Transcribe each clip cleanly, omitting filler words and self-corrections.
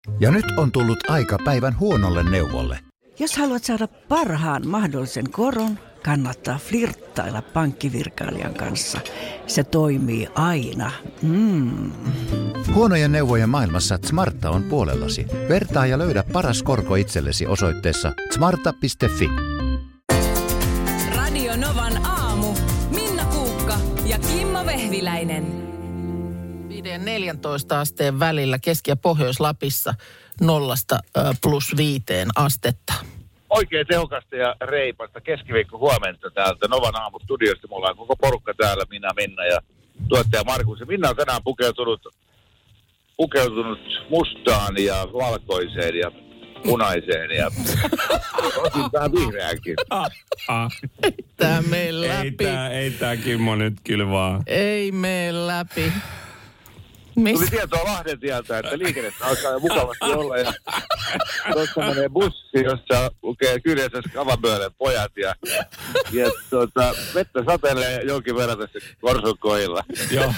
Ja nyt on tullut aika päivän huonolle neuvolle. Jos haluat saada parhaan mahdollisen koron, kannattaa flirttailla pankkivirkailijan kanssa. Se toimii aina. Huonojen neuvojen maailmassa Smarta on puolellasi. Vertaa ja löydä paras korko itsellesi osoitteessa smarta.fi. Radio Novan aamu. Minna Kuukka ja Kimmo Vehviläinen. 5-14 asteen välillä Keski- ja Pohjois-Lapissa 0–5 astetta. Oikein tehokasta ja reipasta keskiviikko huomenta täältä Novan aamustudiosta. Mulla on koko porukka täällä, Minna ja tuottaja Markus. Ja Minna on tänään pukeutunut mustaan ja valkoiseen ja punaiseen ja osin vähän vihreäänkin. Ei tää mene läpi. Ei tää Kimmo nyt kyllä vaan. Ei mene läpi. Tuli tietoa Lahden tieltä, että liikennettä alkaa jo mukavasti olla. Ja tuossa menee bussi, jossa lukee kyljessä Skavamöölen pojat. Ja vettä satelee jonkin verran tässä Korsunkoilla. Joo.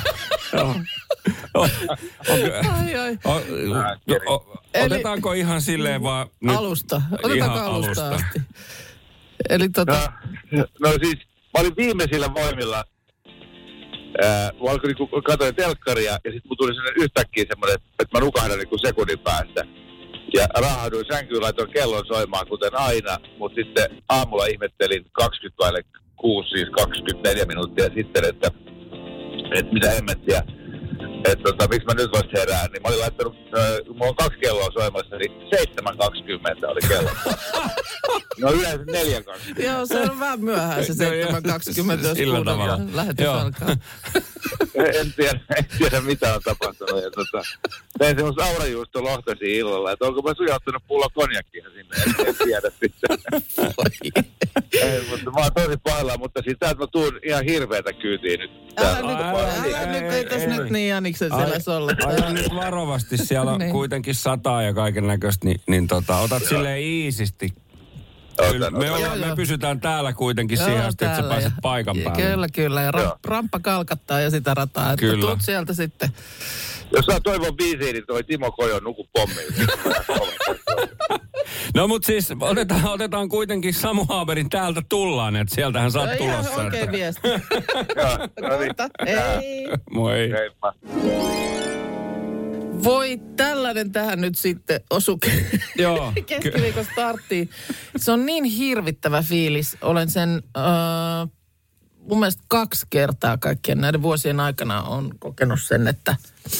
Otetaanko ihan silleen vaan... Alusta. Otetaanko alusta asti? Eli No siis, mä olin viimeisillä voimilla. Mä alkoin katsoin telkkaria ja sitten mun tuli yhtäkkiä semmoinen, että mä nukahdan sekunnin päästä. Ja rahauduin sänkyyn, laitoin kellon soimaan kuten aina, mutta sitten aamulla ihmettelin 20:06, siis 24 minuuttia sitten, että mitä hemmettiä. Että miksi mä nyt vasta herään, niin mä olin laittanut, mulla on 2 kelloa soimassa, niin 7:20 oli kello. No yleensä 4:20. Joo, se on vähän myöhään se 7:20, jos uuden lähetys alkaa. En tiedä mitä on tapahtunut. Ja tein semmoista aurajuusto lohtaisia illalla, että onko mä sujauttanut pullo konjakkia sinne, en tiedä sitten. Ei, mutta mä oon tosi pahoillaan, mutta siis täältä mä tuun ihan hirveätä kyytiä nyt. Ei tässä nyt niin Janiksen selässä olla. Aina nyt varovasti, siellä on kuitenkin 100 ja kaiken näköistä, niin otat silleen iisisti. Me pysytään täällä kuitenkin siihen asti, että sä pääset paikan päälle. Kyllä. Ja ramppa kalkattaa ja sitä rataa. Että tuut sieltä sitten. Jos saa toivon biisiin, niin toi Timo Kojon nuku pommiin. No mut siis otetaan kuitenkin Samu Haaberin täältä tullaan, että sieltähän sä oot tulossa. Ihan oikein viesti. No niin. Ei. Moi. Heippa. Voi tällainen tähän nyt sitten osu keskiviikon starttiin. Se on niin hirvittävä fiilis. Olen sen mun mielestä 2 kertaa kaikkien näiden vuosien aikana on kokenut sen, että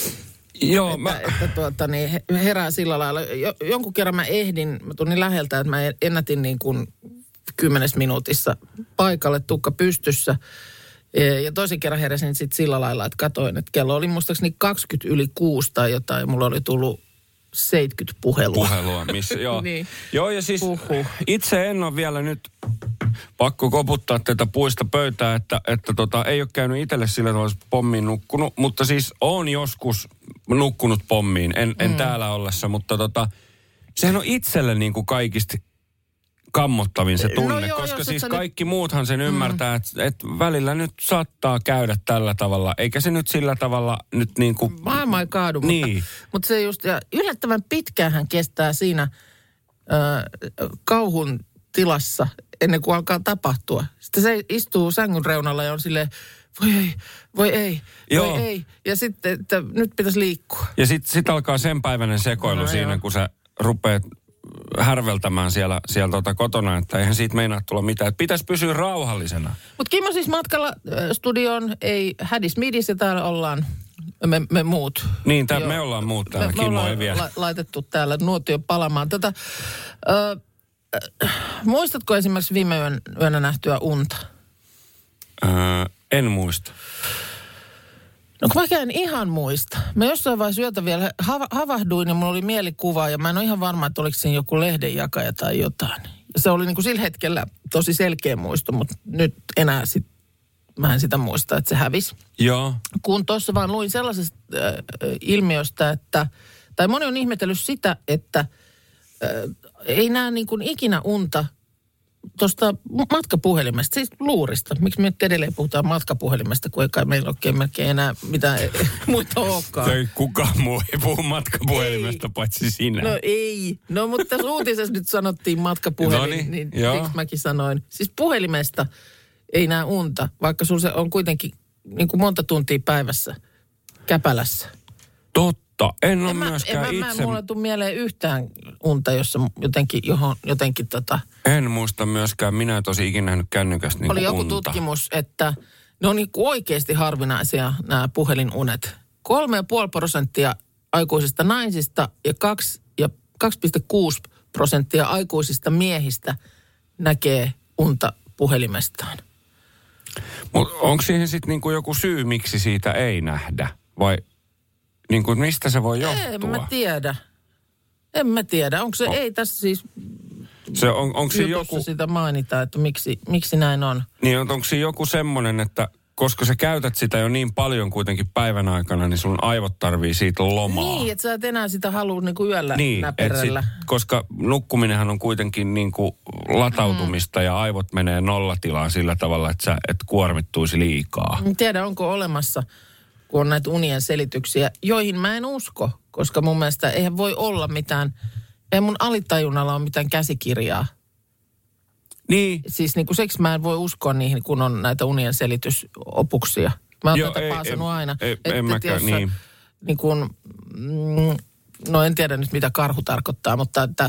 herää sillä lailla. Jonkun kerran mä tulin niin läheltä, että mä ennätin niin kuin 10 minuutissa paikalle, tukka pystyssä. Ja toisen kerran heräsin sitten sillä lailla, että katoin, että kello oli muistaakseni 6 tai jotain, ja mulla oli tullut 70 puhelua. Missä, joo. Niin. Joo, ja siis itse en ole vielä nyt pakko koputtaa tätä puista pöytää, että ei ole käynyt itselle sillä tavalla pommiin nukkunut, mutta siis olen joskus nukkunut pommiin, en täällä ollessa, mutta sehän on itselle niin kuin kaikista kammottavin se tunne, koska siis kaikki muuthan sen ymmärtää, että välillä nyt saattaa käydä tällä tavalla, eikä se nyt sillä tavalla nyt niin kuin... Maailma ei kaadu, niin. mutta se just, ja yllättävän pitkäänhän kestää siinä kauhun tilassa ennen kuin alkaa tapahtua. Sitten se istuu sängyn reunalla ja on silleen, voi ei. Ja sitten, että nyt pitäisi liikkua. Ja sitten alkaa sen päiväinen sekoilu siinä, kun sä rupeat härveltämään siellä kotona, että eihän siitä meinaa tulla mitään. Että pitäisi pysyä rauhallisena. Mutta Kimmo siis matkalla studioon, ei hädis midis ja täällä ollaan me muut. Niin, me ollaan muut täällä, Kimmo ei vielä. Laitettu täällä nuotio palamaan. Muistatko esimerkiksi viime yönä nähtyä unta? En muista. No kun mä en ihan muista. Mä jossain vaiheessa yötä vielä havahduin ja mulla oli mielikuva ja mä en ole ihan varma, että oliko siinä joku lehdenjakaja tai jotain. Se oli niin kuin sillä hetkellä tosi selkeä muisto, mutta nyt enää mä en sitä muista, että se hävisi. Joo. Kun tuossa vaan luin sellaisesta ilmiöstä, tai moni on ihmetellyt sitä, että ei näe niin kuin ikinä unta tuosta matkapuhelimesta, siis luurista. Miksi me nyt edelleen puhutaan matkapuhelimesta, kun ei kai meillä oikein melkein enää mitään muita olekaan. Kukaan muu ei puhu matkapuhelimesta paitsi sinä. No ei. No mutta tässä uutisessa nyt sanottiin matkapuhelin, niin siksi mäkin sanoin. Siis puhelimesta ei näe unta, vaikka sulla se on kuitenkin niin kuin monta tuntia päivässä käpälässä. Totta. En ole myöskään itse. Mulla tule mieleen yhtään unta, jossa jotenkin En muista myöskään. Minä en tosi ikinä nähnyt kännykästä niin oli joku unta. tutkimus, että ne on niin oikeasti harvinaisia nämä puhelinunet. 3,5% aikuisista naisista ja 2,6% aikuisista miehistä näkee unta puhelimestaan. Mutta onko siihen sitten niinku joku syy, miksi siitä ei nähdä? Vai niinku, mistä se voi johtua? En mä tiedä. Onko se, ei tässä siis onko se joku sitä mainita, että miksi näin on? Niin, onko se joku semmoinen, että koska sä käytät sitä jo niin paljon kuitenkin päivän aikana, niin sun aivot tarvii siitä lomaa. Niin, että sä et enää sitä halua niinku yöllä näperällä. Niin, koska nukkuminenhan on kuitenkin niinku latautumista ja aivot menee nollatilaan sillä tavalla, että sä et kuormittuisi liikaa. En tiedä, onko olemassa, kun on näitä unien selityksiä, joihin mä en usko, koska mun mielestä eihän voi olla mitään, ei mun alitajunnalla ole mitään käsikirjaa. Niin. Siis niin kuin seksi mä en voi uskoa niihin, kun on näitä unien selitysopuksia. Mä oon tätä paasannut aina. En mäkään, niin. Niin kuin, no en tiedä nyt mitä karhu tarkoittaa, mutta että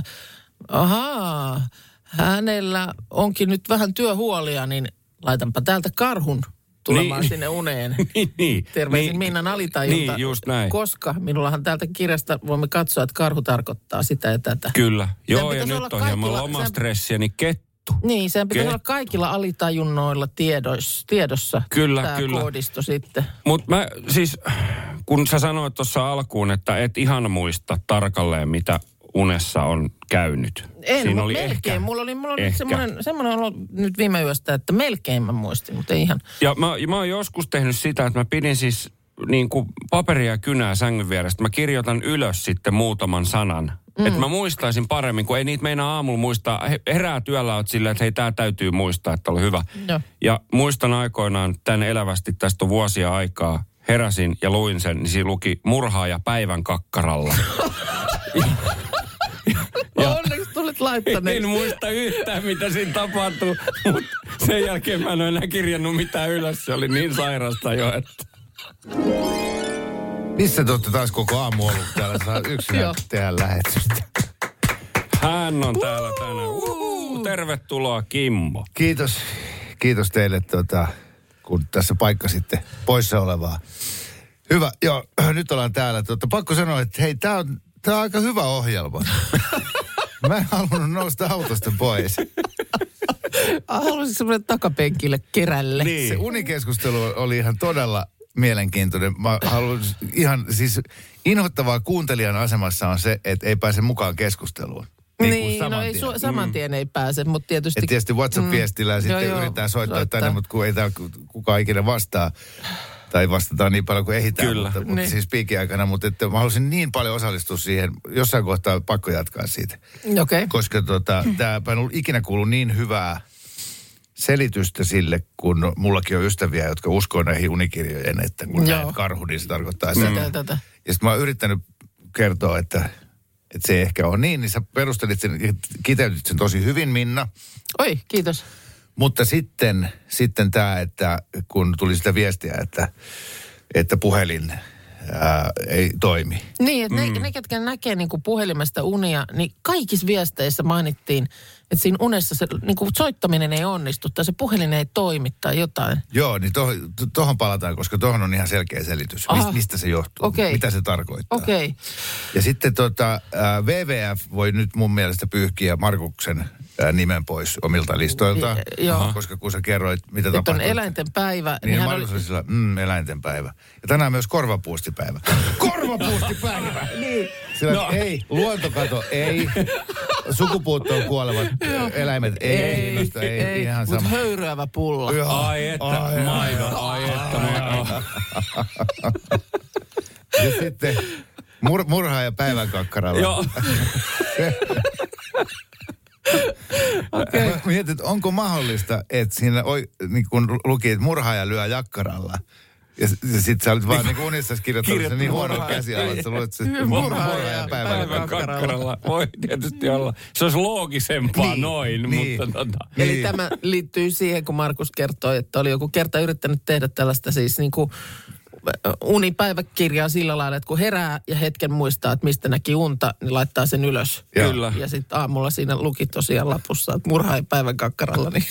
hänellä onkin nyt vähän työhuolia, niin laitanpa täältä karhun tulemaan sinne uneen. niin. Terveisin Minnan alitajunta. Niin, just näin. Koska minullahan täältä kirjasta voimme katsoa, että karhu tarkoittaa sitä ja tätä. Kyllä. Joo, ja nyt on hieman lomastressiä, niin kettu. Niin, sehän pitäisi olla kaikilla alitajunnoilla tiedossa tämä koodisto sitten. Mutta mä siis, kun sä sanoit tuossa alkuun, että et ihan muista tarkalleen, mitä unessa on käynyt. En, mutta melkein. Mulla oli semmoinen olo nyt viime yöstä, että melkein mä muistin, mutta ei ihan. Ja mä oon joskus tehnyt sitä, että mä pidin siis niin kuin paperia ja kynää sängyn vierestä. Mä kirjoitan ylös sitten muutaman sanan. Että mä muistaisin paremmin, kun ei niitä meinaa aamulla muistaa. Herää työllä oot silleen, että hei, tää täytyy muistaa, että oli hyvä. Joo. Ja muistan aikoinaan tän elävästi, tästä on vuosia aikaa. Heräsin ja luin sen, niin siinä luki murhaaja päivän kakkaralla. Onneksi tulit laittaneeksi. En muista yhtään, mitä siinä tapahtui, mutta sen jälkeen mä en ole enää kirjannut mitään ylös. Se oli niin sairasta jo, että... Missä te olette taas koko aamu ollut? Täällä saa yksinä tehdä lähetystä. Hän on täällä tänään. Tervetuloa, Kimmo. Kiitos teille, kun tässä paikkasitte poissa olevaa. Hyvä, joo, nyt ollaan täällä. Pakko sanoa, että hei, tää on aika hyvä ohjelma. Mä en halunnut nousta autosta pois. Haluaisin semmoinen takapenkille kerälle. Niin. Se unikeskustelu oli ihan todella mielenkiintoinen. Mä haluan ihan siis inhottavaa kuuntelijan asemassa on se, että ei pääse mukaan keskusteluun. Niin saman tien ei pääse, mutta tietysti... Et tietysti WhatsApp-viestillä ja sitten yritetään soittaa tänne, mutta kun ei kukaan ikinä vastaa. Tai vastataan niin paljon kuin ehditään, Kyllä. mutta siis piikin aikana. Mutta että mä halusin niin paljon osallistua siihen. Jossain kohtaa pakko jatkaa siitä. Okay. Koska tämä en ollut ikinä kuullut niin hyvää selitystä sille, kun mullakin on ystäviä, jotka uskoo näihin unikirjojen, että kun näet karhu, niin se tarkoittaa sitä. Ja sitten mä oon yrittänyt kertoa, että se ehkä on niin sä perustelit sen, kiteytit sen tosi hyvin, Minna. Oi, kiitos. Mutta sitten tämä, että kun tuli sitä viestiä, että puhelin ei toimi. Niin, että ne ketkä näkee niin kuin puhelimesta unia, niin kaikissa viesteissä mainittiin, että siinä unessa se niin kuin soittaminen ei onnistu tai se puhelin ei toimi tai jotain. Joo, niin tohon palataan, koska tohon on ihan selkeä selitys. Mistä se johtuu? Okay. Mitä se tarkoittaa? Okay. Ja sitten WWF voi nyt mun mielestä pyyhkiä Markuksen nimen pois omilta listoilta. Joo. Koska kun sä kerroit, mitä nyt tapahtuu. On eläinten päivä. Niin Markus oli sillä, eläinten päivä. Ja tänään myös korvapuustipäivä. Korvapuustipäivä! Niin. Sillä ei, luontokato ei, sukupuuttoon kuolevat eläimet ei. Ihan sama. Mutta höyryävä pulla. Ai että, maidon, ai että. Ja sitten murhaaja päivän kakkaralla. Joo. Mietit, että onko mahdollista, että siinä niin kun luki, että murhaaja lyö jakkaralla. Ja sit sä olit vaan niin kuin unissasi kirjoittanut sen niin huono käsiala, että sä luulet, että se murhaaja päivän kakkaralla. Voi tietysti olla. Se olisi loogisempaa noin, mutta Eli tämä liittyy siihen, kun Markus kertoi, että oli joku kerta yrittänyt tehdä tällaista siis niin kuin unipäiväkirjaa sillä lailla, että kun herää ja hetken muistaa, että mistä näki unta, niin laittaa sen ylös. Kyllä. Ja sitten aamulla siinä luki tosiaan lapussa, että murhaaja päivän kakkaralla. Niin.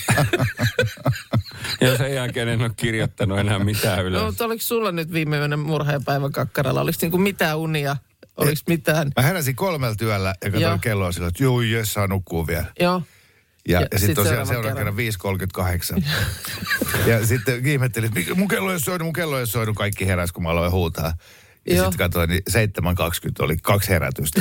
Ja sen jälkeen en ole kirjoittanut enää mitään ylös. No, mutta oliko sulla nyt viime yönä murhaaja päivän kakkaralla? Oliko niinku mitään unia? Oliko mitään? Mä heräsin 3 yöllä ja katsoin kelloa sillä, että joo, jes, saa nukkua vielä. Joo. Ja sitten tosiaan seuraavan kerran 5.38. Ja sitten ihmettelin, että mun kello ei soinut, kaikki heräs, kun mä aloin huutaa. Ja sitten katsoin, niin 7.20 oli 2 herätystä.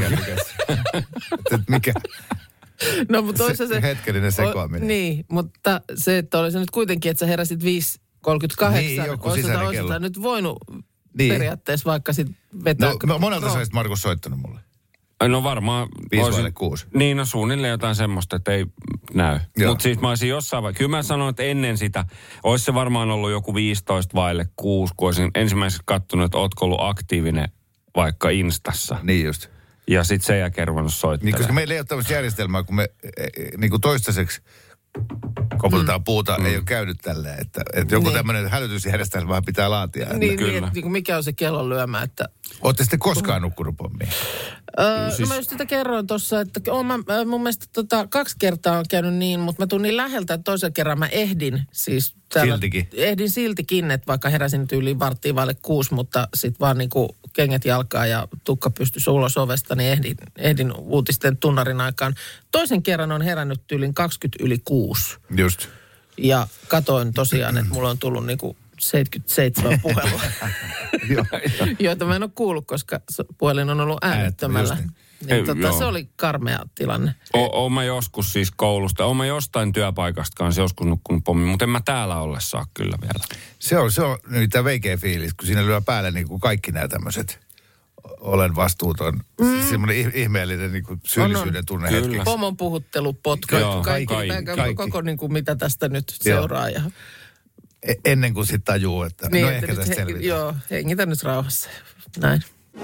Mikä? No, mutta se hetkellinen sekoaminen. Niin, mutta se, että oli se nyt kuitenkin, että sä heräsit 5.38. Niin, joku sisäinen kello. Olisi nyt voinut periaatteessa vaikka sitten vetää. No, monelta sä olisit Markus soittanut mulle? No varmaan 5.6. Niin, no suunnilleen jotain semmoista, että ei näy. Mutta siis mä olisin jossain vaiheessa, kyllä mä sanoin, että ennen sitä, olisi se varmaan ollut joku 15/6, kun olisin ensimmäiseksi kattonut, että ootko ollut aktiivinen vaikka Instassa. Niin just. Ja sitten sen jälkeen ruvennut soittelemaan. Niin, koska meillä ei ole tämmöistä järjestelmää, kun me niin kuin toistaiseksi koputetaan puuta, ei ole käynyt tälleen. Että joku tämmöinen hälytysjärjestelmä pitää laatia. Niin, kyllä. Niin, mikä on se kellon lyömä, että... Ootte sitten koskaan nukkunut pommiin? No mä just sitä kerroin tuossa, että mun mielestä 2 kertaa on käynyt niin, mutta mä tuun niin läheltä, että toisen kerran mä ehdin siis... Siltikin? Ehdin siltikin, että vaikka heräsin tyyliin 5:15, mutta sitten vaan niinku kengät jalkaa ja tukka pystyssä ulos ovesta, niin ehdin uutisten tunnarin aikaan. Toisen kerran on herännyt tyyliin 6:20. Just. Ja katoin tosiaan, että mulla on tullut niinku 77 puhelua, joita mä en ole kuullut, koska puhelin on ollut äänettömällä. Niin se oli karmea tilanne. Oon mä joskus siis koulusta, oon mä jostain työpaikasta kanssa joskus nukkunut pommin, mutta en mä täällä olle saa kyllä vielä. Se on nyt tämä veikeä fiilis, kun siinä lyö päälle niin kuin kaikki nämä tämmöiset olen vastuuton, semmoinen ihmeellinen niin kuin syyllisyyden tunne hetkeksi. Pomon puhuttelu, potku, kaikki. Koko niin kuin mitä tästä nyt seuraa. Ja... Ennen kuin sitten tajuu, että niin, no ehkä tästä selvitään. Joo, hengitä nyt rauhassa. Näin.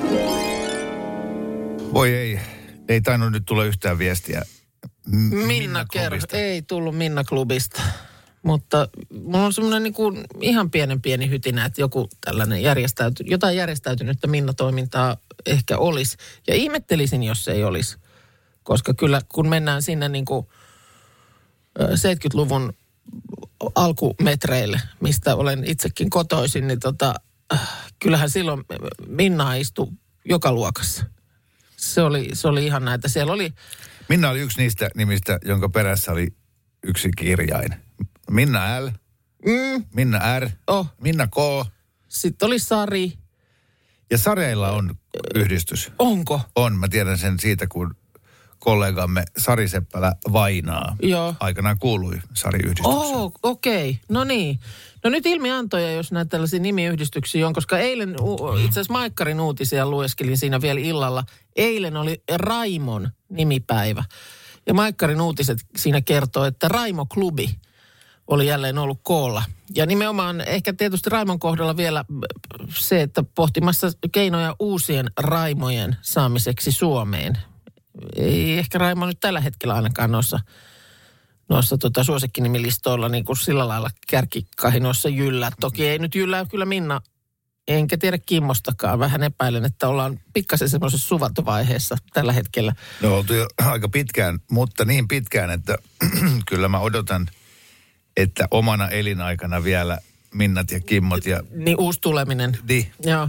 Voi ei tainnut nyt tulla yhtään viestiä Minna Klubista. Ei tullut Minna Klubista. Mutta mulla on semmoinen niin kuin ihan pieni hytinä, että joku tällainen jotain järjestäytynyttä Minna-toimintaa ehkä olisi. Ja ihmettelisin, jos se ei olisi. Koska kyllä kun mennään sinne niin kuin 70-luvun alkumetreille, mistä olen itsekin kotoisin, niin kyllähän silloin Minna istui joka luokassa. Se oli ihan näitä. Siellä oli... Minna oli yksi niistä nimistä, jonka perässä oli yksi kirjain. Minna L, Minna R, Minna K. Sitten oli Sari. Ja Sareilla on yhdistys. Onko? On, mä tiedän sen siitä, kun kollegamme Sari Seppälä Vainaa aikanaan kuului Sari-yhdistykseen. Okei. No niin. No nyt ilmiantoja, jos näitä tällaisia nimiyhdistyksiä on, koska eilen itse asiassa Maikkarin uutisia lueskelin siinä vielä illalla. Eilen oli Raimon nimipäivä. Ja Maikkarin uutiset siinä kertoo, että Raimo-klubi oli jälleen ollut koolla. Ja nimenomaan ehkä tietysti Raimon kohdalla vielä se, että pohtimassa keinoja uusien Raimojen saamiseksi Suomeen. Ei ehkä Raimo nyt tällä hetkellä ainakaan noissa suosikkinimilistoilla niin kuin sillä lailla kärkikahinoissa jyllää. Toki ei nyt jyllää kyllä Minna, enkä tiedä Kimmostakaan. Vähän epäilen, että ollaan pikkasen semmoisessa suvantovaiheessa tällä hetkellä. No oltu jo aika pitkään, mutta niin pitkään, että kyllä mä odotan, että omana elinaikana vielä Minnat ja Kimmot ja... Niin uusi tuleminen. Niin. Joo.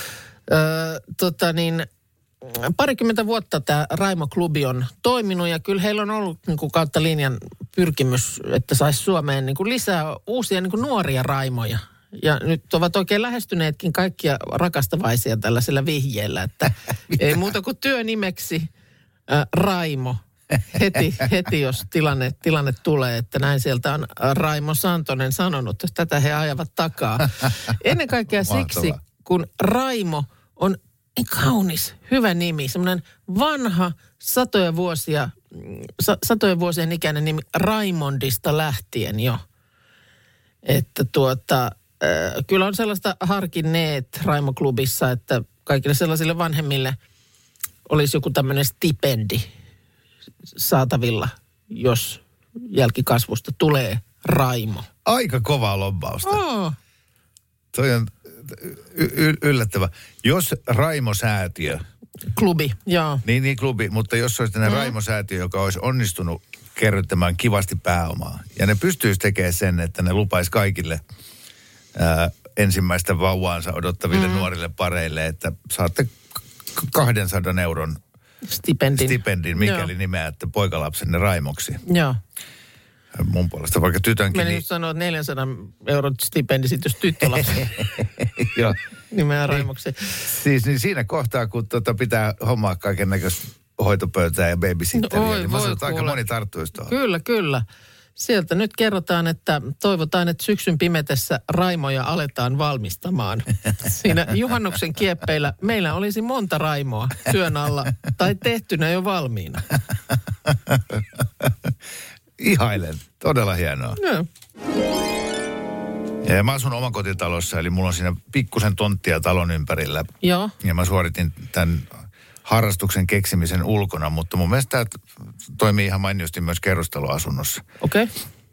Parikymmentä vuotta tämä Raimo-klubi on toiminut ja kyllä heillä on ollut niin kuin kautta linjan pyrkimys, että saisi Suomeen niin kuin lisää uusia niin kuin nuoria Raimoja. Ja nyt ovat oikein lähestyneetkin kaikkia rakastavaisia tällaisella vihjeellä, että ei muuta kuin työnimeksi Raimo. Heti jos tilanne tulee, että näin sieltä on Raimo Santonen sanonut, että tätä he ajavat takaa. Ennen kaikkea siksi, kun Raimo on kaunis, hyvä nimi, semmoinen vanha, satoja vuosia satojen vuosien ikäinen nimi Raimondista lähtien jo. Että kyllä on sellaista harkinneet Raimo-klubissa, että kaikille sellaisille vanhemmille olisi joku tämmöinen stipendi saatavilla, jos jälkikasvusta tulee Raimo. Aika kovaa lobbausta. Toi on yllättävä. Jos Raimo-säätiö. Klubi, joo. Niin klubi, mutta jos olisi tämmöinen Raimo-säätiö, joka olisi onnistunut kerryttämään kivasti pääomaa. Ja ne pystyisi tekemään sen, että ne lupaisi kaikille ensimmäistä vauvaansa odottaville nuorille pareille, että saatte 200 euron stipendin mikäli nimeätte poikalapsenne Raimoksi. Joo. Mun puolesta vaikka tytönkin. Menin just sanoa, että 400 euron stipendi sit, jos tyttölapsi nimeää Raimoksi. Siis niin siinä kohtaa, kun pitää hommaa kaiken näköistä hoitopöytää ja babysitteriä, niin mä sanon, että aika moni tarttuisi tuohon. Kyllä. Sieltä nyt kerrotaan, että toivotaan, että syksyn pimetessä Raimoja aletaan valmistamaan. Siinä juhannuksen kieppeillä meillä olisi monta Raimoa työn alla tai tehtynä jo valmiina. Ihailen. Todella hienoa. Joo. Ja mä asun omakotitalossa, eli mulla on siinä pikkusen tonttia talon ympärillä. Joo. Ja mä suoritin tämän harrastuksen keksimisen ulkona, mutta mun mielestä tämä toimii ihan mainiosti myös kerrostaloasunnossa. Okei.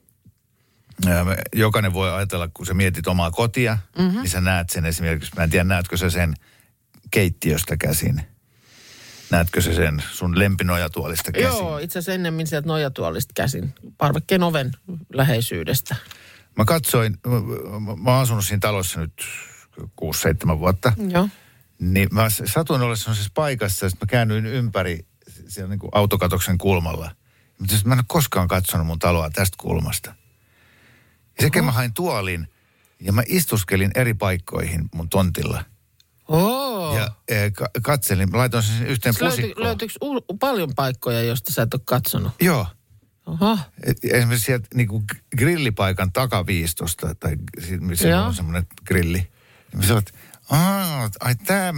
Jokainen voi ajatella, kun sä mietit omaa kotia, niin sä näet sen esimerkiksi, mä en tiedä, näetkö sä sen keittiöstä käsin? Näetkö sä sen sun lempinojatuolista käsin? Joo, itse asiassa ennemmin sieltä nojatuolista käsin, parvekkeen oven läheisyydestä. Mä katsoin, mä oon asunut siinä talossa nyt 6-7 vuotta. Joo. Niin mä satuin olla sellaisessa paikassa, että mä käännyin ympäri siellä niin kuin autokatoksen kulmalla. Mutta mä en ole koskaan katsonut mun taloa tästä kulmasta. Ja sekä mä hain tuolin ja mä istuskelin eri paikkoihin mun tontilla. Ja katselin, mä laitoin sen yhteen pusikkoon. Löytyykö paljon paikkoja, joista sä et ole katsonut? Joo. Oho. Esimerkiksi sieltä niin kuin grillipaikan takaviistosta, tai missä on semmoinen grilli. Ja mä sanoin, että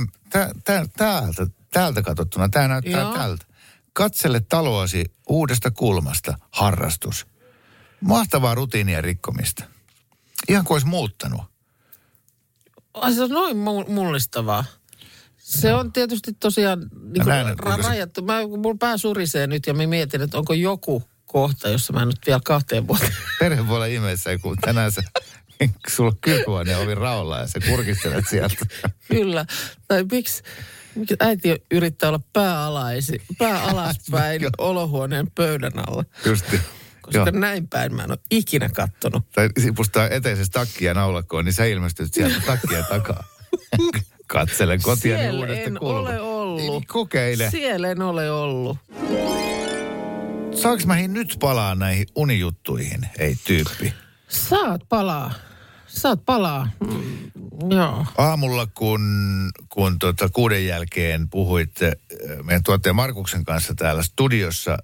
täältä katsottuna, tää näyttää tältä. Katsele taloasi uudesta kulmasta, harrastus. Mahtavaa rutiinien rikkomista. Ihan kuin olisi muuttanut. Se on noin mullistavaa. Se on tietysti tosiaan niin rajattu. Mun pää surisee nyt ja mä mietin, että onko joku kohta, jossa mä nyt vielä 2 vuotta. Perhe voi olla ihmeessä, kun tänään sulla on kylpyhuoneen ovi raolla ja sä kurkistelet sieltä. Kyllä. Tai miksi äiti yrittää olla pää alaspäin olohuoneen pöydän alla. Justi. Koska näin päin mä en ole ikinä kattonut. Tai sipustaa eteisessä takkia naulakkoon, niin sä ilmestyt sieltä takkia takaa. Katselen kotiani uudesta kulmasta. Siellä en ole ollut. Kokeile. Siellä en ole ollut. Saanko mä nyt palaa näihin unijuttuihin, ei tyyppi? Saat palaa. Joo. Aamulla, kun 6 jälkeen puhuit meidän tuottaja Markuksen kanssa täällä studiossa,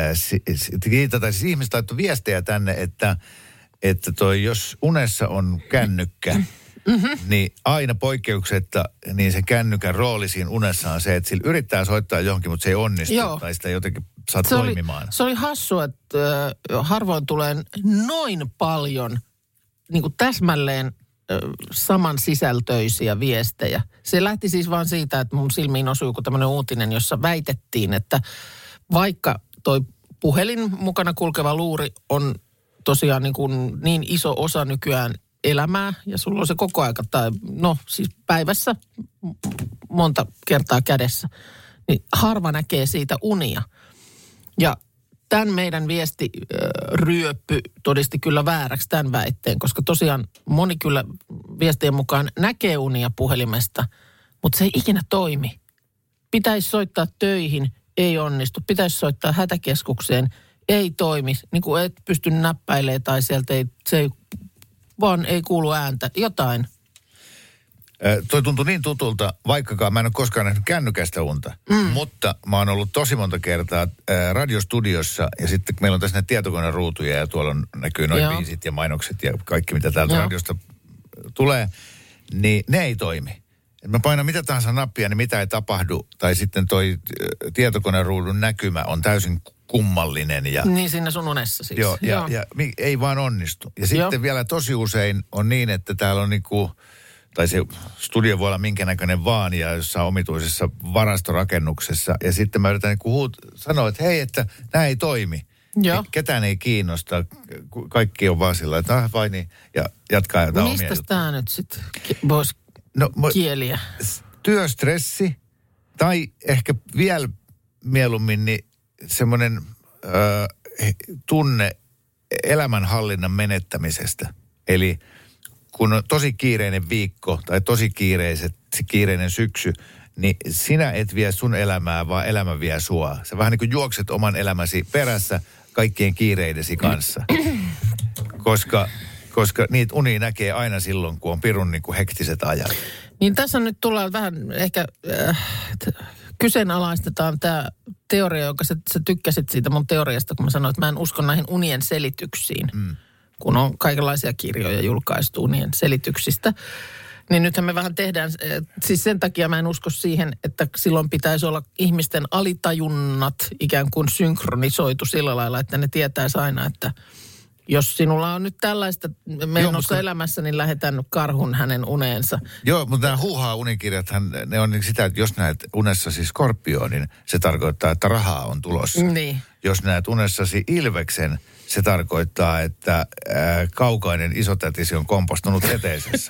siis ihmiset laittoi viestejä tänne, että jos unessa on kännykkä, niin aina poikkeuksetta, niin se kännykän rooli siinä unessa on se, että sillä yrittää soittaa johonkin, mutta se ei onnistu. Joo. Tai sitä jotenkin saa toimimaan. Se oli hassua, että harvoin tulee noin paljon niin kuin täsmälleen saman sisältöisiä viestejä. Se lähti siis vaan siitä, että mun silmiin osui joku tämmöinen uutinen, jossa väitettiin, että vaikka toi puhelin mukana kulkeva luuri on tosiaan niin iso osa nykyään elämää, ja sulla on se koko aika, tai siis päivässä monta kertaa kädessä, niin harva näkee siitä unia. Ja tämän meidän viestiryöppy todisti kyllä vääräksi tämän väitteen, koska tosiaan moni kyllä viestien mukaan näkee unia puhelimesta, mutta se ei ikinä toimi. Pitäisi soittaa töihin, ei onnistu. Pitäisi soittaa hätäkeskukseen, ei toimi. Niin kuin et pysty näppäilemään tai sieltä vaan ei kuulu ääntä. Jotain. Toi tuntui niin tutulta, vaikkakaan mä en ole koskaan nähnyt kännykästä unta. Mutta mä oon ollut tosi monta kertaa radiostudiossa ja sitten meillä on tässä näitä tietokoneruutuja ja tuolla näkyy noin biisit ja mainokset ja kaikki mitä täältä radiosta tulee. Niin ne ei toimi. Mä painan mitä tahansa nappia, niin mitä ei tapahdu. Tai sitten toi tietokoneruudun näkymä on täysin kummallinen. Ja, niin siinä sun unessa siis. Joo, ja ei vaan onnistu. Ja sitten vielä tosi usein on niin, että täällä on niinku, tai se studio voi olla minkä näköinen vaan ja jossain omituisessa varastorakennuksessa. Ja sitten mä yritän niinku sanoa, että hei, että nämä ei toimi. Joo. Ketään ei kiinnosta. Kaikki on vaan sillä, että vai niin, ja jatkaa jotain omia Mistä tää nyt sitten voisi kieliä? Työstressi tai ehkä vielä mieluummin niin semmoinen tunne elämänhallinnan menettämisestä. Eli kun on tosi kiireinen viikko tai tosi kiireinen syksy, niin sinä et vie sun elämää, vaan elämä vie sua. Sä vähän niin kuin juokset oman elämäsi perässä kaikkien kiireidesi kanssa. Koska niitä unia näkee aina silloin, kun on pirun niin kuin hektiset ajat. Niin tässä nyt tullaan vähän ehkä kyseenalaistetaan tämä teoria, joka sä tykkäsit siitä mun teoriasta, kun mä sanoin, että mä en usko näihin unien selityksiin, kun on kaikenlaisia kirjoja julkaistu unien selityksistä. Niin nythän me vähän tehdään, siis sen takia mä en usko siihen, että silloin pitäisi olla ihmisten alitajunnat ikään kuin synkronisoitu sillä lailla, että ne tietäisi aina, että jos sinulla on nyt tällaista menossa elämässä, niin lähetän karhun hänen uneensa. Joo, mutta nämä huuhaa-unikirjathan, ne on sitä, että jos näet unessasi skorpionin, se tarkoittaa, että rahaa on tulossa. Niin. Jos näet unessasi ilveksen, se tarkoittaa, että kaukainen isotätisi on kompastunut eteisessä.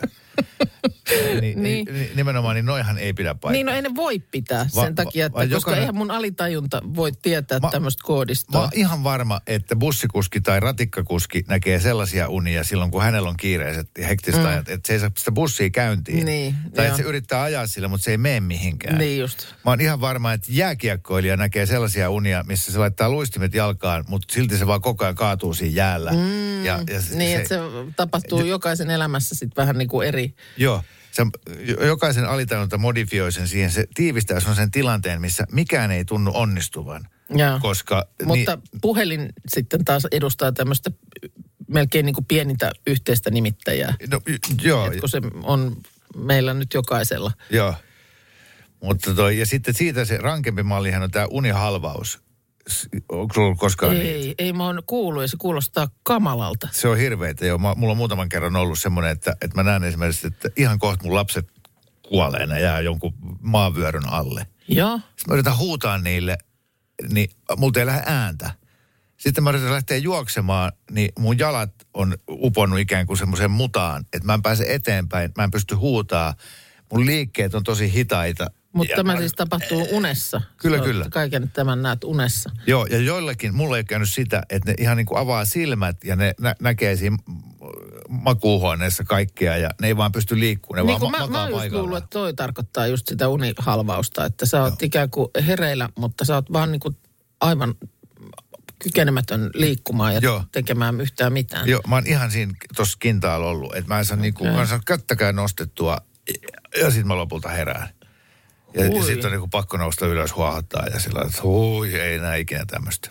Nimenomaan, niin noihan ei pidä paikkaa. Niin, no ei ne voi pitää sen takia, että koska eihän mun alitajunta voi tietää tämmöistä koodistoa. Mä oon ihan varma, että bussikuski tai ratikkakuski näkee sellaisia unia silloin, kun hänellä on kiireiset ja hektiset ajat, että se ei saa sitä bussia käyntiin. Niin, tai että se yrittää ajaa sillä, mutta se ei mene mihinkään. Niin just. Mä oon ihan varma, että jääkiekkoilija näkee sellaisia unia, missä se laittaa luistimet jalkaan, mutta silti se vaan koko ajan kaatuu siinä jäällä. Niin, että se tapahtuu jokaisen elämässä sitten vähän niin kuin eri. Joo. Jokaisen alitajunta modifioi sen siihen. Se tiivistää sen tilanteen, missä mikään ei tunnu onnistuvan. Mutta puhelin sitten taas edustaa tämmöistä melkein niin kuin pienintä yhteistä nimittäjää. No, joo. Kun se on meillä nyt jokaisella. Joo. Mutta ja sitten siitä se rankempi mallihan on tämä unihalvaus. Onko sulla koskaan niitä? Ei mä oon kuullut ja se kuulostaa kamalalta. Se on hirveetä jo. Mulla on muutaman kerran ollut semmoinen, että mä näen esimerkiksi, että ihan kohta mun lapset kuolee ja jää jonkun maavyöryn alle. Joo. Sitten mä yritän huutaa niille, niin multa ei lähde ääntä. Sitten mä yritän lähteä juoksemaan, niin mun jalat on uponnut ikään kuin semmoiseen mutaan, että mä en pääse eteenpäin, mä en pysty huutaa. Mun liikkeet on tosi hitaita. Mutta tämä siis tapahtuu unessa. Kyllä. Kaiken tämän näet unessa. Joo, ja joillakin, mulla ei ole käynyt sitä, että ne ihan niin kuin avaa silmät ja ne näkee siinä makuuhuoneessa kaikkea ja ne ei vaan pysty liikkumaan, ne niin vaan makaa mä paikallaan. just kuullut, että toi tarkoittaa just sitä unihalvausta, että sä oot ikään kuin hereillä, mutta sä oot vaan niin kuin aivan kykenemätön liikkumaan ja tekemään yhtään mitään. Joo, mä oon ihan siinä tuossa kintaalla ollut, että mä en saa kättäkään nostettua ja sitten mä lopulta herään. Ja sitten on niinku pakko nousta ylös huohottaa ja sillä että ei näe ikinä tämmöistä.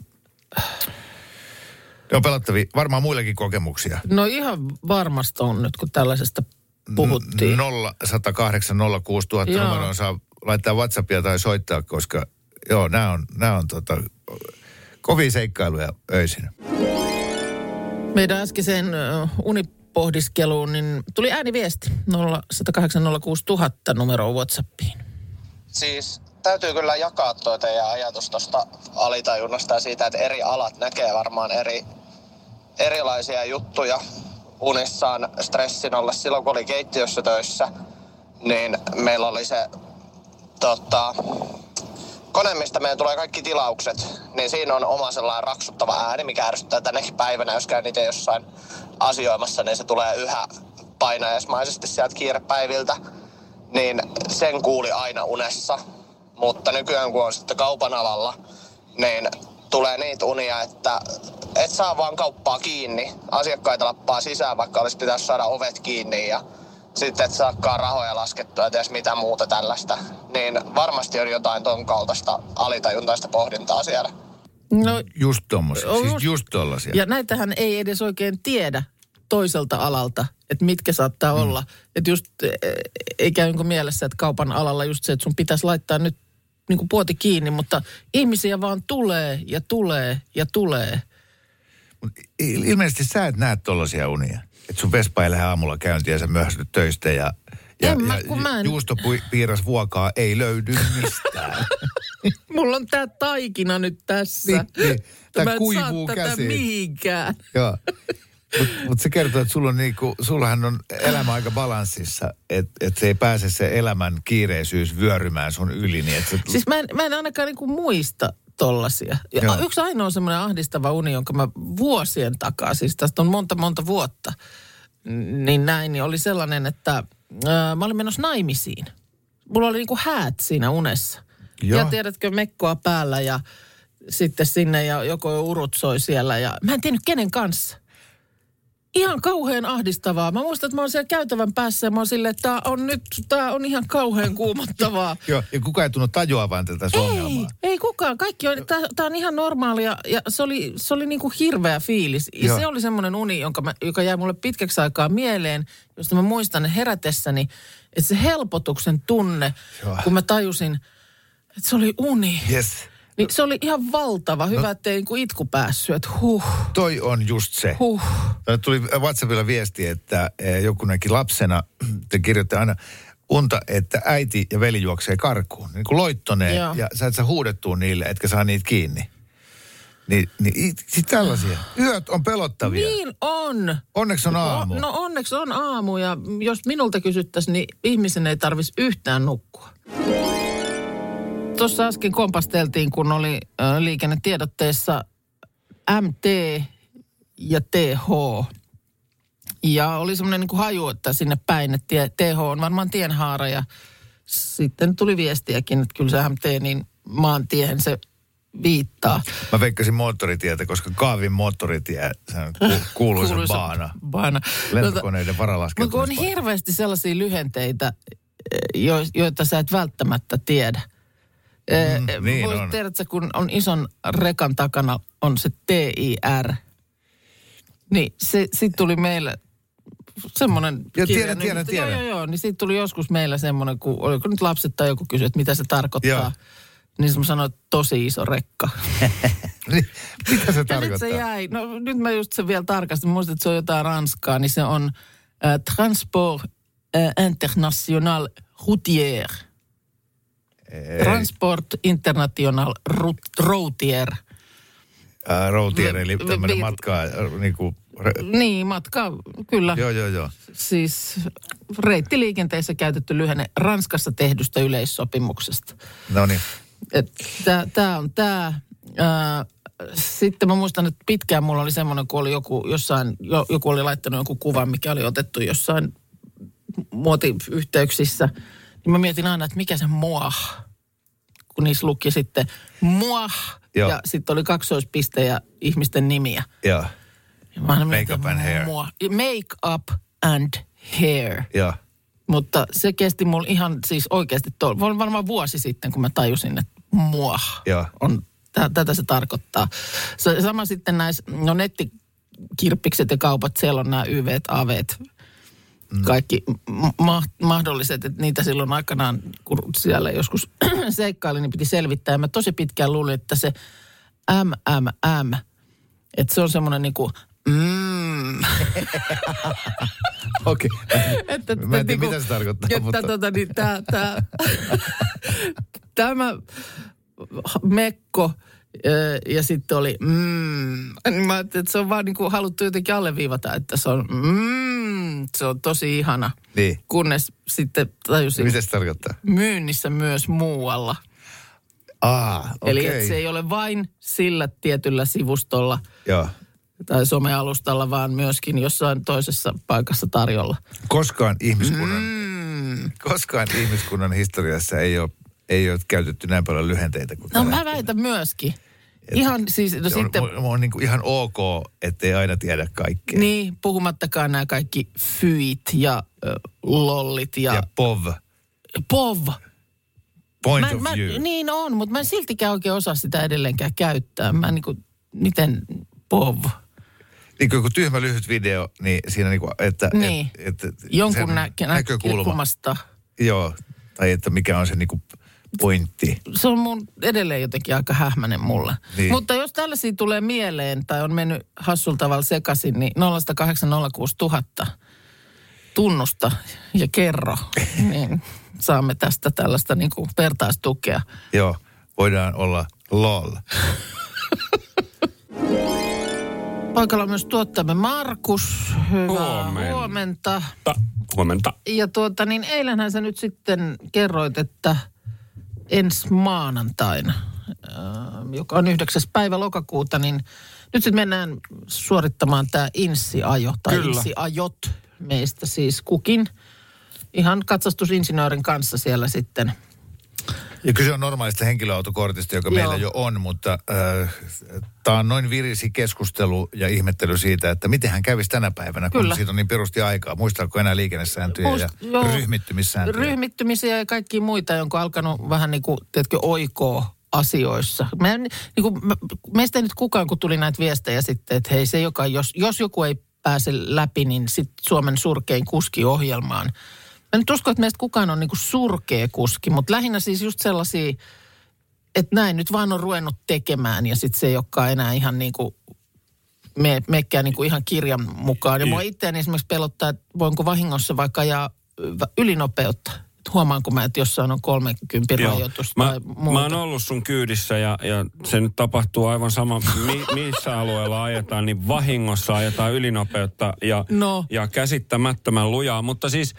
Ne on pelottavia. Varmaan muillakin kokemuksia. No ihan varmasti on nyt, kun tällaisesta puhuttiin. 0108 06000 numeroon saa laittaa WhatsAppia tai soittaa, koska nämä on kovia seikkailuja öisin. Meidän äskeiseen unipohdiskeluun niin tuli ääniviesti 0108 06000 numeroon WhatsAppiin. Siis täytyy kyllä jakaa tuo teidän ajatus tuosta alitajunnasta ja siitä, että eri alat näkee varmaan erilaisia juttuja unissaan stressin olla. Silloin kun oli keittiössä töissä, niin meillä oli se kone, mistä meidän tulee kaikki tilaukset, niin siinä on oma sellainen raksuttava ääni, mikä ärsyttää tänäkin päivänä. Jos käyn itse jossain asioimassa, niin se tulee yhä painajaismaisesti sieltä kiirepäiviltä. Niin sen kuuli aina unessa. Mutta nykyään kun on sitten kaupan alalla, niin tulee niitä unia, että et saa vaan kauppaa kiinni. Asiakkaita lappaa sisään, vaikka olisi pitäisi saada ovet kiinni ja sitten et saakaan rahoja laskettua ja ties mitä muuta tällaista. Niin varmasti on jotain ton kaltaista alitajuntaista pohdintaa siellä. No, just tommosia, siis just tollasia. Ja näitähän ei edes oikein tiedä toiselta alalta, että mitkä saattaa olla. Että just ei käy niin mielessä, että kaupan alalla just se, että sun pitäisi laittaa nyt niin kuin puoti kiinni, mutta ihmisiä vaan tulee ja tulee ja tulee. Ilmeisesti sä et näe tollaisia unia. Että sun Vespa ei lähde aamulla käyntiin ja sä myöhästyt töistä ja juustopiiras vuokaa ei löydy mistään. Mulla on tää taikina nyt tässä. Niin. Tää mä kuivuu en saa tätä mihinkään. Joo. Mutta se kertoo, että sullahan on elämä aika balanssissa, että se ei pääse se elämän kiireisyys vyörymään sun yli. Niin siis mä en ainakaan niinku muista tollasia. Yksi ainoa semmoinen ahdistava uni, jonka mä vuosien takaa, siis tästä on monta vuotta, niin oli sellainen, että mä olin menossa naimisiin. Mulla oli niinku häät siinä unessa. Joo. Ja tiedätkö, mekkoa päällä ja sitten sinne ja joko urut soi siellä ja mä en tiennyt kenen kanssa. Ihan kauhean ahdistavaa. Mä muistan, että mä oon siellä käytävän päässä ja mä oon silleen, että tää on ihan kauhean kuumottavaa. Joo, ja kukaan ei tunnu tajuavan tätä ongelmaa. Ei kukaan. Kaikki on, tää on ihan normaalia ja se oli niinku hirveä fiilis. Ja se oli semmoinen uni, joka jäi mulle pitkäksi aikaa mieleen, josta mä muistan herätessäni, että se helpotuksen tunne, kun mä tajusin, että se oli uni. Yes. Niin se oli ihan valtava. Hyvä, ettei niinku itku päässyt, että Toi on just se. Tuli WhatsAppilla viesti, että jokunekin lapsena te kirjoitte aina unta, että äiti ja veli juoksee karkuun. Niin kuin loittoneen ja sä et sä huudettua niille, etkä saa niitä kiinni. Niin sit tällaisia. Yöt on pelottavia. Niin on. Onneksi on aamu. No onneksi on aamu ja jos minulta kysyttäisiin, niin ihmisen ei tarvitsisi yhtään nukkua. Tuossa äsken kompasteltiin, kun oli liikennetiedotteessa MT ja TH. Ja oli semmoinen niin kuin haju, että sinne päin, että TH on varmaan tienhaara. Ja sitten tuli viestiäkin, että kyllä se MT, niin maantiehen se viittaa. Mä veikkasin moottoritietä, koska Kaavin moottoritie, se kuuluisa baana. Lentokoneiden varalaskeutumispaikka. Mutta on hirveästi sellaisia lyhenteitä, joita sä et välttämättä tiedä. Niin on. Tiedätkö, kun on ison rekan takana on se TIR, niin siitä tuli meille semmoinen kirja. Tiedän. Joo, niin siitä tuli joskus meillä semmoinen, kun oliko nyt lapset tai joku kysyi, että mitä se tarkoittaa. Joo. Niin se sanoi, että tosi iso rekka. Mitä se tarkoittaa? Nyt se jäi. No nyt mä just sen vielä tarkastin. Muistin, että se on jotain ranskaa, niin se on Transport International Routier. Transport International Routier. Routier, eli tämmöinen matkaa niinku... Niin, matkaa, kyllä. Joo. Siis reittiliikenteessä käytetty lyhenne Ranskassa tehdystä yleissopimuksesta. No niin. Tämä on tämä. Sitten mä muistan, että pitkään mulla oli semmoinen, kun oli joku oli laittanut jonkun kuvan, mikä oli otettu jossain muotiyhteyksissä. Niin mä mietin aina, että mikä se muah, kun niissä luki sitten muah. Joo. Ja sitten oli kaksoispiste ja ihmisten nimiä. Joo. Make up and hair. Make up and hair. Joo. Mutta se kesti mulla ihan siis oikeasti, varmaan vuosi sitten, kun mä tajusin, että muah on, tätä se tarkoittaa. Sama sitten näissä, nettikirppikset ja kaupat, siellä on nämä YVt, AVt, kaikki mahdolliset, että niitä silloin aikanaan, kun siellä joskus seikkailin, niin piti selvittää. Ja mä tosi pitkään luulin, että se MMM, että se on semmoinen niin kuin Okei. Mä en tiedä, mitä se tarkoittaa. Tämä mekko ja sitten oli mä ajattelin, että se on vaan niin kuin haluttu jotenkin alleviivata, että se on se on tosi ihana. Niin. Kunnes sitten tajusin. Mitä se tarkoittaa? Myynnissä myös muualla. Okay. Eli että se ei ole vain sillä tietyllä sivustolla. Joo. Tai somealustalla, vaan myöskin jossain toisessa paikassa tarjolla. Koskaan ihmiskunnan historiassa ei ole käytetty näin paljon lyhenteitä kuin no mä väitän myöskin. Ihan siis, no sitten... On niin kuin ihan ok, ettei aina tiedä kaikkea. Niin, puhumattakaan nämä kaikki fyit ja lollit ja... Ja POV. POV. Point of view. Niin on, mutta mä en siltikään oikein osaa sitä edelleenkään käyttää. Mä niin kuin, miten POV? Niin kuin joku tyhmä lyhyt video, niin siinä niin kuin, että... Niin, jonkun näkökulmasta. Joo, tai että mikä on se niin kuin pointti. Se on mun edelleen jotenkin aika hähmäinen mulle. Niin. Mutta jos tällaisia tulee mieleen tai on mennyt hassulla tavalla sekaisin, niin 0806000 tunnusta ja kerro, niin saamme tästä tällaista niin kuin vertaistukea. Joo, voidaan olla lol. Paikalla on myös tuottajamme Markus. Hyvää huomenta. Huomenta. Ja niin eilenhän sä nyt sitten kerroit, että ensi maanantaina, joka on 9. päivä lokakuuta, niin nyt sitten mennään suorittamaan tämä insi-ajo tai insi-ajot meistä siis kukin. Ihan katsastusinsinöörin kanssa siellä sitten. Ja kyse on normaalista henkilöautokortista, joka meillä jo on, mutta tämä on noin virisi keskustelu ja ihmettely siitä, että miten hän kävisi tänä päivänä, kun siitä on niin perusti aikaa. Muistaako enää liikennesääntöjä ja ryhmittymissääntöjä? Ryhmittymisiä ja kaikkia muita, jonka on alkanut vähän niin kuin, tiedätkö, oikoa asioissa. Meistä ei nyt kukaan, kun tuli näitä viestejä sitten, että hei, se joka, jos joku ei pääse läpi, niin sitten Suomen surkein kuski ohjelmaan. Mä nyt uskon, että meistä kukaan on niinku surkea kuski, mutta lähinnä siis just sellaisia, että näin nyt vaan on ruvennut tekemään ja sitten se ei olekaan enää ihan niinku, mekään niinku ihan kirjan mukaan. Ja mua itseäni esimerkiksi pelottaa, että voinko vahingossa vaikka ajaa ylinopeutta. Huomaanko mä, että jossain on 30 rajoitus tai muuta. Mä oon ollut sun kyydissä ja se nyt tapahtuu aivan sama, missä alueella ajetaan, niin vahingossa ajetaan ylinopeutta ja käsittämättömän lujaa. Mutta siis,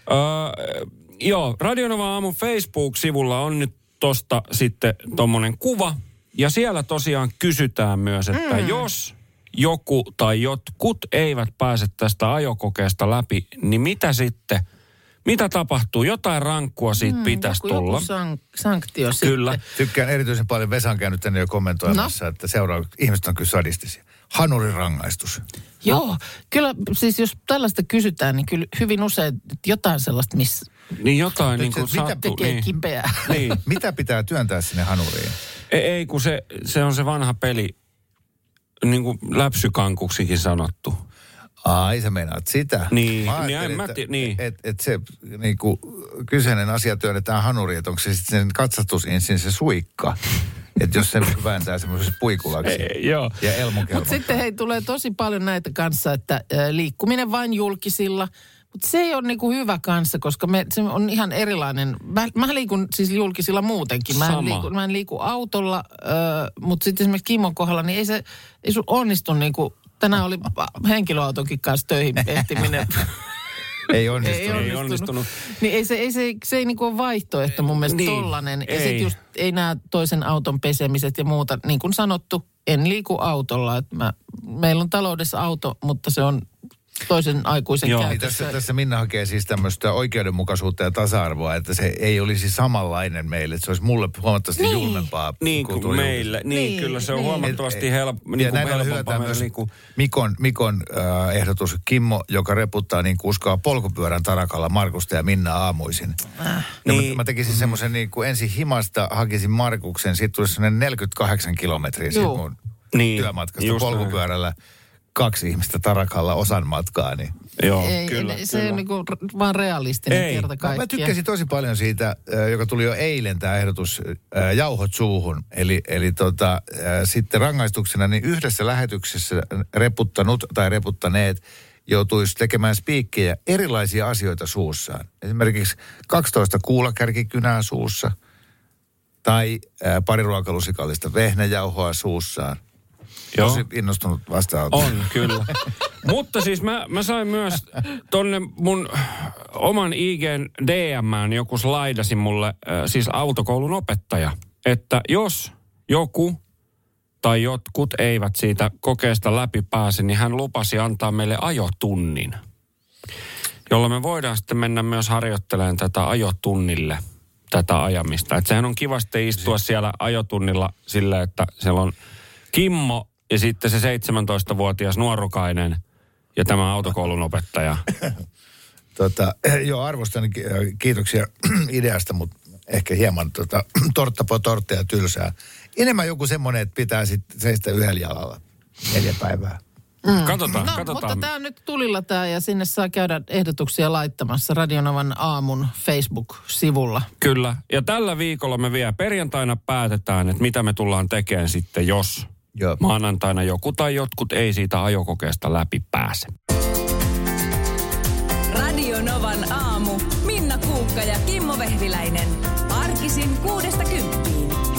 Radio Nova Aamun Facebook-sivulla on nyt tosta sitten tommonen kuva. Ja siellä tosiaan kysytään myös, että jos joku tai jotkut eivät pääse tästä ajokokeesta läpi, niin mitä sitten? Mitä tapahtuu? Jotain rankkua siitä pitäisi tulla. Joku sanktio Kyllä. sitten. Tykkään erityisen paljon. Vesa on käynyt tänne jo kommentoimassa, että ihmiset on kyllä sadistisia. Hanurin rangaistus. Joo, kyllä siis jos tällaista kysytään, niin kyllä hyvin usein jotain sellaista, missä niin jotain niin kuin sattuu. Tekee kipeää. Niin. Mitä pitää työntää sinne hanuriin? Ei kun se on se vanha peli, niin kuin läpsykankuksikin sanottu. Ai, sä meinaat sitä? Niin. Että se niinku, kyseinen asia työnnetään hanuriin, että onko se sitten sen katsastusinsin se suikka? Että jos sen vääntää semmoisessa puikulaksi ja elmukelman. Mutta sitten tulee tosi paljon näitä kanssa, että liikkuminen vain julkisilla. Mutta se ei ole niinku hyvä kanssa, koska se on ihan erilainen. Mä liikun siis julkisilla muutenkin. Mä en liiku autolla, mutta sitten esimerkiksi Kimmon kohdalla, niin ei sun onnistu niinku. Tänään oli henkilöautonkin kanssa töihin ehtiminen. Ei onnistunut. Niin se ei niinku ole vaihtoehto mun mielestä tollanen. Ja sitten just ei nämä toisen auton pesemiset ja muuta. Niin kuin sanottu, en liiku autolla. Meillä on taloudessa auto, mutta se on toisen aikuisen käytössä. Niin tässä Minna hakee siis tämmöistä oikeudenmukaisuutta ja tasa-arvoa, että se ei olisi samanlainen meille. Että se olisi mulle huomattavasti julmempaa. Niin kuin meille. Niin, kyllä se on huomattavasti helpompaa. Ja näin hyödytään myös Mikon ehdotus. Kimmo, joka reputtaa niin kuin uskaa polkupyörän tarakalla Markusta ja Minna aamuisin. Mä tekisin semmoisen niin kuin ensin himasta hakisin Markuksen, sitten tulisi semmoinen 48 kilometriä siitä mun työmatkasta polkupyörällä. 2 ihmistä tarakalla osan matkaa, niin... Joo, kyllä. Se on niinku vaan realistinen kerta kaikkiaan. Mä tykkäsin tosi paljon siitä, joka tuli jo eilen, tämä ehdotus, jauhot suuhun. Eli sitten rangaistuksena, niin yhdessä lähetyksessä reputtanut tai reputtaneet joutuisi tekemään spiikkejä erilaisia asioita suussaan. Esimerkiksi 12 kuulakärkikynää suussa tai pari ruokalusikallista vehnäjauhoa suussaan. Tosi innostunut vastaanotto. On, kyllä. Mutta siis mä sain myös tonne mun oman IG:n DM:ään joku slaidasi mulle, siis autokoulun opettaja, että jos joku tai jotkut eivät siitä kokeesta läpi pääse, niin hän lupasi antaa meille ajotunnin, jolla me voidaan sitten mennä myös harjoittelemaan tätä ajotunnille, tätä ajamista. Että sehän on kiva sitten istua siellä ajotunnilla sillä, että siellä on Kimmo ja sitten se 17-vuotias nuorukainen ja tämä autokoulun opettaja. Arvostan, kiitoksia ideasta, mutta ehkä hieman tortta po tortta ja tylsää. Enemmän joku semmoinen, että pitää sitten seistä yhdellä jalalla 4 päivää. Katsotaan. Mutta tämä on nyt tulilla tämä ja sinne saa käydä ehdotuksia laittamassa Radionovan aamun Facebook-sivulla. Kyllä. Ja tällä viikolla me vielä perjantaina päätetään, että mitä me tullaan tekemään sitten, jos maanantaina joku tai jotkut ei siitä ajokokeesta läpi pääse. Radionovan aamu. Minna Kuukka ja Kimmo Vehviläinen. Arkisin 6–10.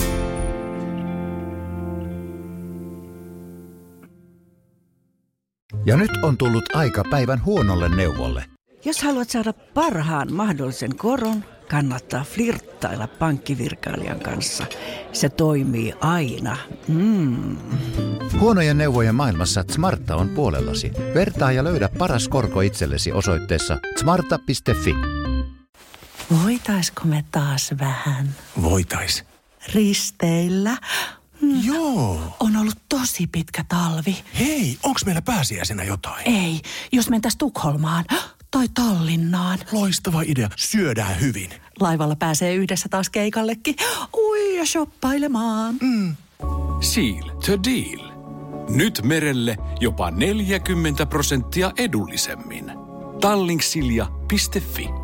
Ja nyt on tullut aika päivän huonolle neuvolle. Jos haluat saada parhaan mahdollisen koron, kannattaa flirttailla pankkivirkailijan kanssa. Se toimii aina. Huonojen neuvojen maailmassa Smarta on puolellasi. Vertaa ja löydä paras korko itsellesi osoitteessa smarta.fi. Voitaisko me taas vähän? Voitais. Risteillä? Joo. On ollut tosi pitkä talvi. Hei, onks meillä pääsiäisenä jotain? Ei, jos mentäis Tukholmaan tai Tallinnaan. Loistava idea. Syödään hyvin. Laivalla pääsee yhdessä taas keikallekin. Ui, ja shoppailemaan. Seal to deal. Nyt merelle jopa 40% edullisemmin. Tallingsilja.fi